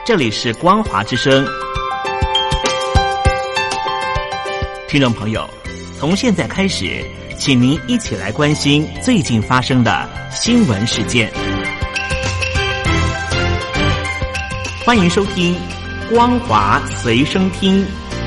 这里是光华之声。听众朋友，从现在开始，请您一起来关心最近发生的新闻事件。欢迎收听光华随声听。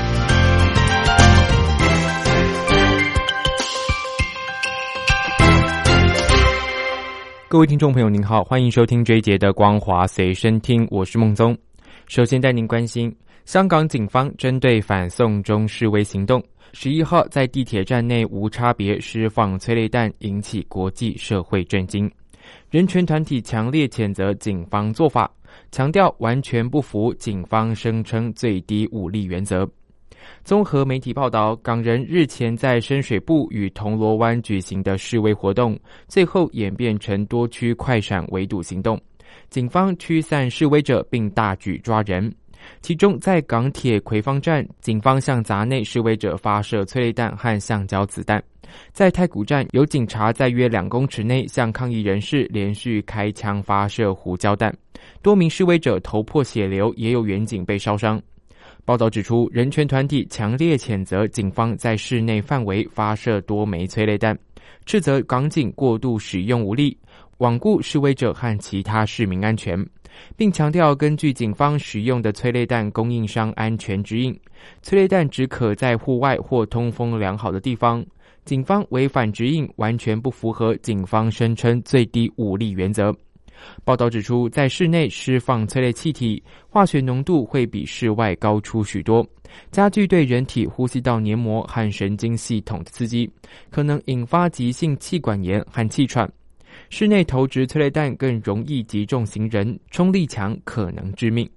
各位听众朋友您好，欢迎收听这一节的光华随身听，我是孟宗。首先带您关心香港警方针对反送中示威行动11号在地铁站内无差别释放催泪弹，引起国际社会震惊。人权团体强烈谴责警方做法，强调完全不服警方声称最低武力原则。综合媒体报道，港人日前在深水埗与铜锣湾举行的示威活动，最后演变成多区快闪围堵行动，警方驱散示威者并大举抓人。其中在港铁葵芳站，警方向闸内示威者发射催泪弹和橡胶子弹；在太古站，有警察在约2公尺内向抗议人士连续开枪发射胡椒弹，多名示威者头破血流，也有员警被烧伤。报道指出，人权团体强烈谴责警方在室内范围发射多枚催泪弹，斥责港警过度使用武力，罔顾示威者和其他市民安全，并强调根据警方使用的催泪弹供应商安全指引，催泪弹只可在户外或通风良好的地方，警方违反指引完全不符合警方声称最低武力原则。报道指出，在室内释放催泪气体，化学浓度会比室外高出许多，加剧对人体呼吸道黏膜和神经系统的刺激，可能引发急性气管炎和气喘。室内投掷催泪弹更容易击中行人，冲力强，可能致命。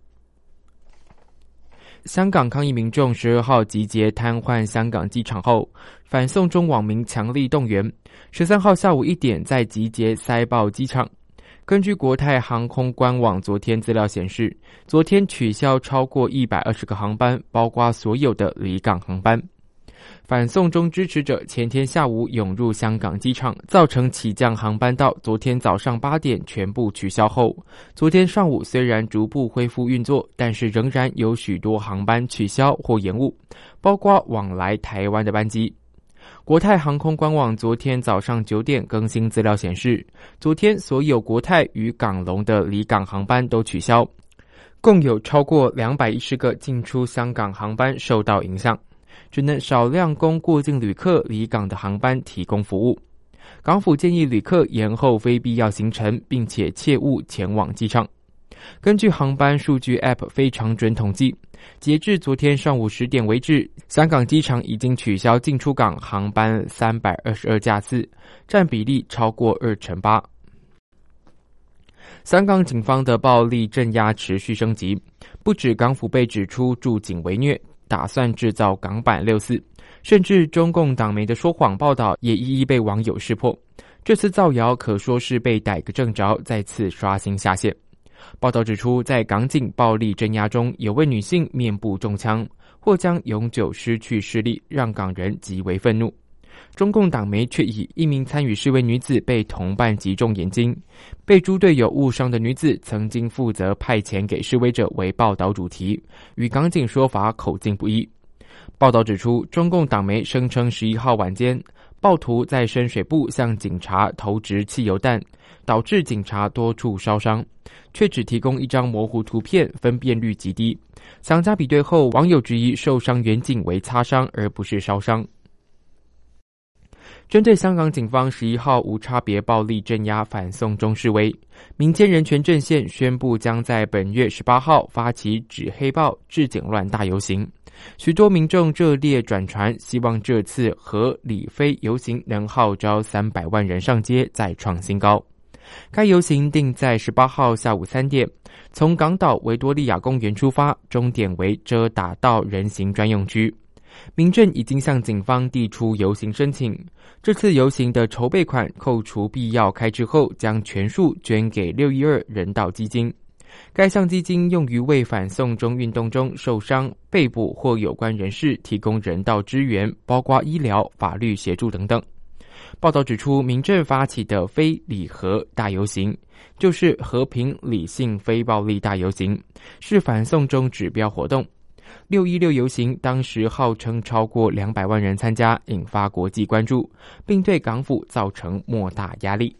香港抗议民众12号集结瘫痪香港机场后，反送中网民强力动员，13号下午1点再集结塞爆机场。根据国泰航空官网昨天资料显示，昨天取消超过120个航班，包括所有的离港航班。反送中支持者前天下午涌入香港机场，造成起降航班到昨天早上8点全部取消后，昨天上午虽然逐步恢复运作，但是仍然有许多航班取消或延误，包括往来台湾的班机。国泰航空官网昨天早上9点更新资料显示，昨天所有国泰与港龙的离港航班都取消，共有超过210个进出香港航班受到影响，只能少量供过境旅客离港的航班提供服务。港府建议旅客延后非必要行程，并且切勿前往机场。根据航班数据 App 非常准统计，截至昨天上午10点为止，香港机场已经取消进出港航班322架次，占比例超过28%。香港警方的暴力镇压持续升级，不止港府被指出驻警为虐，打算制造港版64，甚至中共党媒的说谎报道也一一被网友识破。这次造谣可说是被逮个正着，再次刷新下线。报道指出，在港警暴力镇压中，有位女性面部中枪，或将永久失去视力，让港人极为愤怒。中共党媒却以一名参与示威女子被同伴击中眼睛，被猪队友误伤的女子曾经负责派遣给示威者为报道主题，与港警说法口径不一。报道指出，中共党媒声称11号晚间，暴徒在深水埗向警察投掷汽油弹，导致警察多处烧伤，却只提供一张模糊图片，分辨率极低。详加比对后，网友质疑受伤员警为擦伤而不是烧伤。针对香港警方11号无差别暴力镇压反送中示威，民间人权阵线宣布将在本月18号发起止黑暴、治警乱大游行。许多民众热烈转传，希望这次和理非游行能号召300万人上街，再创新高。该游行定在18号下午3点，从港岛维多利亚公园出发，终点为遮打道人行专用区。民阵已经向警方递出游行申请，这次游行的筹备款扣除必要开支后，将全数捐给612人道基金。该项基金用于为反送中运动中受伤、被捕或有关人士提供人道支援，包括医疗、法律协助等等。 报道指出，民阵发起的非礼和大游行，就是和平理性非暴力大游行，是反送中指标活动。616游行当时号称超过200万人参加，引发国际关注，并对港府造成莫大压力。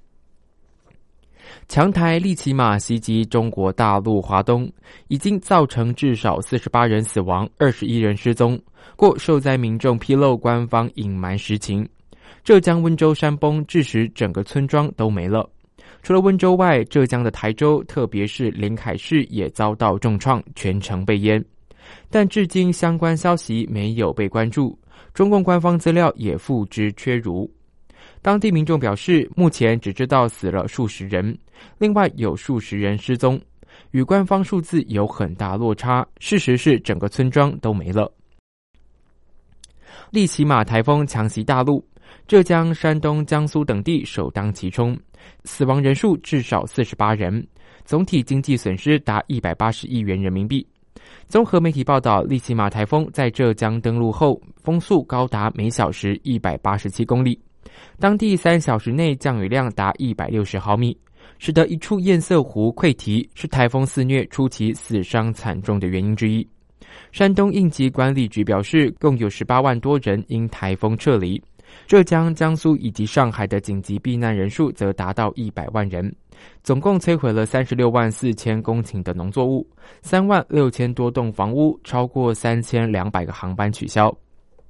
强台利奇马袭击中国大陆华东，已经造成至少48人死亡，21人失踪。过受灾民众披露官方隐瞒实情。浙江温州山崩，致使整个村庄都没了。除了温州外，浙江的台州，特别是临海市也遭到重创，全城被淹。但至今相关消息没有被关注，中共官方资料也付之阙如。当地民众表示，目前只知道死了数十人，另外有数十人失踪，与官方数字有很大落差，事实是整个村庄都没了。利奇马台风强袭大陆，浙江、山东、江苏等地首当其冲，死亡人数至少48人，总体经济损失达180亿元人民币。综合媒体报道，利奇马台风在浙江登陆后，风速高达每小时187公里，当地3小时内降雨量达160毫米，使得一处堰塞湖溃堤，是台风肆虐初期死伤惨重的原因之一。山东应急管理局表示，共有18万多人因台风撤离。浙江、江苏以及上海的紧急避难人数则达到100万人，总共摧毁了36万4千公顷的农作物，3万6千多栋房屋，超过3200个航班取消。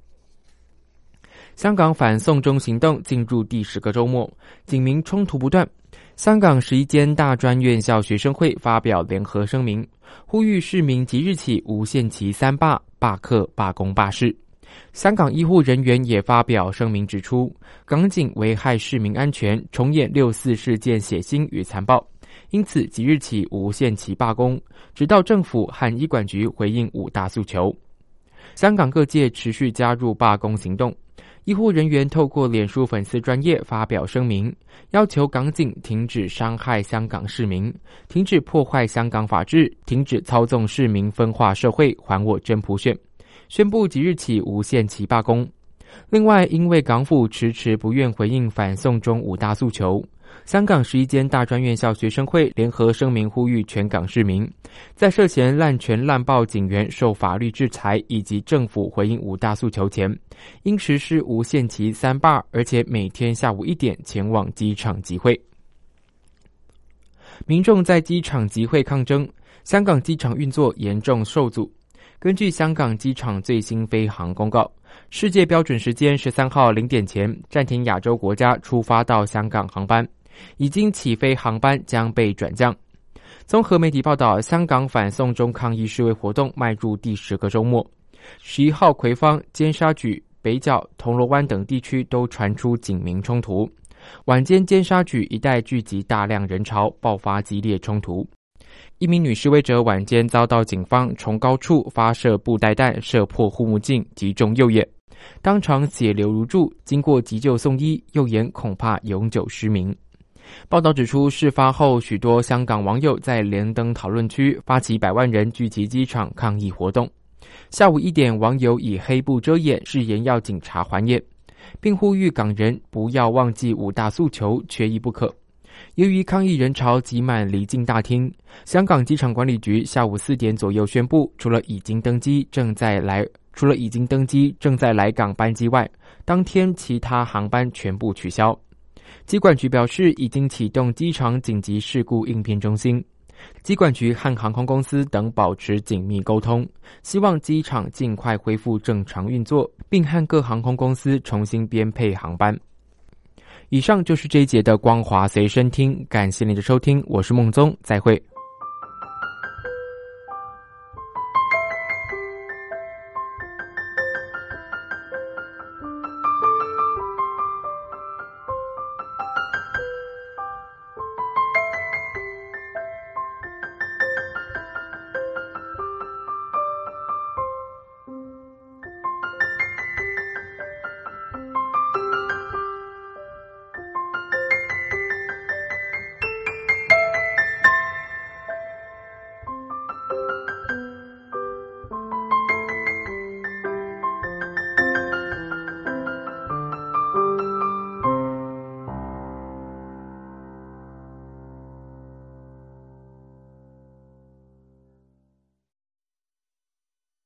香港反送中行动进入第10个周末，警民冲突不断。香港11间大专院校学生会发表联合声明，呼吁市民即日起无限期3罢、罢课、罢工、罢市。香港医护人员也发表声明指出，港警危害市民安全，重演6·4事件血腥与残暴，因此即日起无限期罢工，直到政府和医管局回应5大诉求。香港各界持续加入罢工行动，医护人员透过脸书粉丝专页发表声明，要求港警停止伤害香港市民，停止破坏香港法治，停止操纵市民分化社会，还我真普选，宣布即日起无限期罢工。另外，因为港府迟迟不愿回应反送中5大诉求，香港11间大专院校学生会联合声明呼吁全港市民，在涉嫌滥权滥暴警员受法律制裁以及政府回应5大诉求前，应实施无限期3罢，而且每天下午1点前往机场集会。民众在机场集会抗争，香港机场运作严重受阻。根据香港机场最新飞航公告，世界标准时间13号0点前暂停亚洲国家出发到香港航班，已经起飞航班将被转降。综合媒体报道，香港反送中抗议示威活动迈入第10个周末。11号葵芳、尖沙咀、北角、铜锣湾等地区都传出警民冲突，晚间尖沙咀一带聚集大量人潮，爆发激烈冲突。一名女示威者晚间遭到警方从高处发射布袋弹，射破护目镜，击中右眼，当场血流如注，经过急救送医，右眼恐怕永久失明。报道指出，事发后许多香港网友在连登讨论区发起100万人聚集机场抗议活动。下午1点，网友以黑布遮眼，誓言要警察还眼，并呼吁港人不要忘记5大诉求，缺一不可。由于抗议人潮挤满离境大厅，香港机场管理局下午4点左右宣布，除了已经登机正在来港班机外，当天其他航班全部取消。机管局表示，已经启动机场紧急事故应变中心，机管局和航空公司等保持紧密沟通，希望机场尽快恢复正常运作，并和各航空公司重新编配航班。以上就是这一节的光华随身听，感谢您的收听，我是孟宗，再会。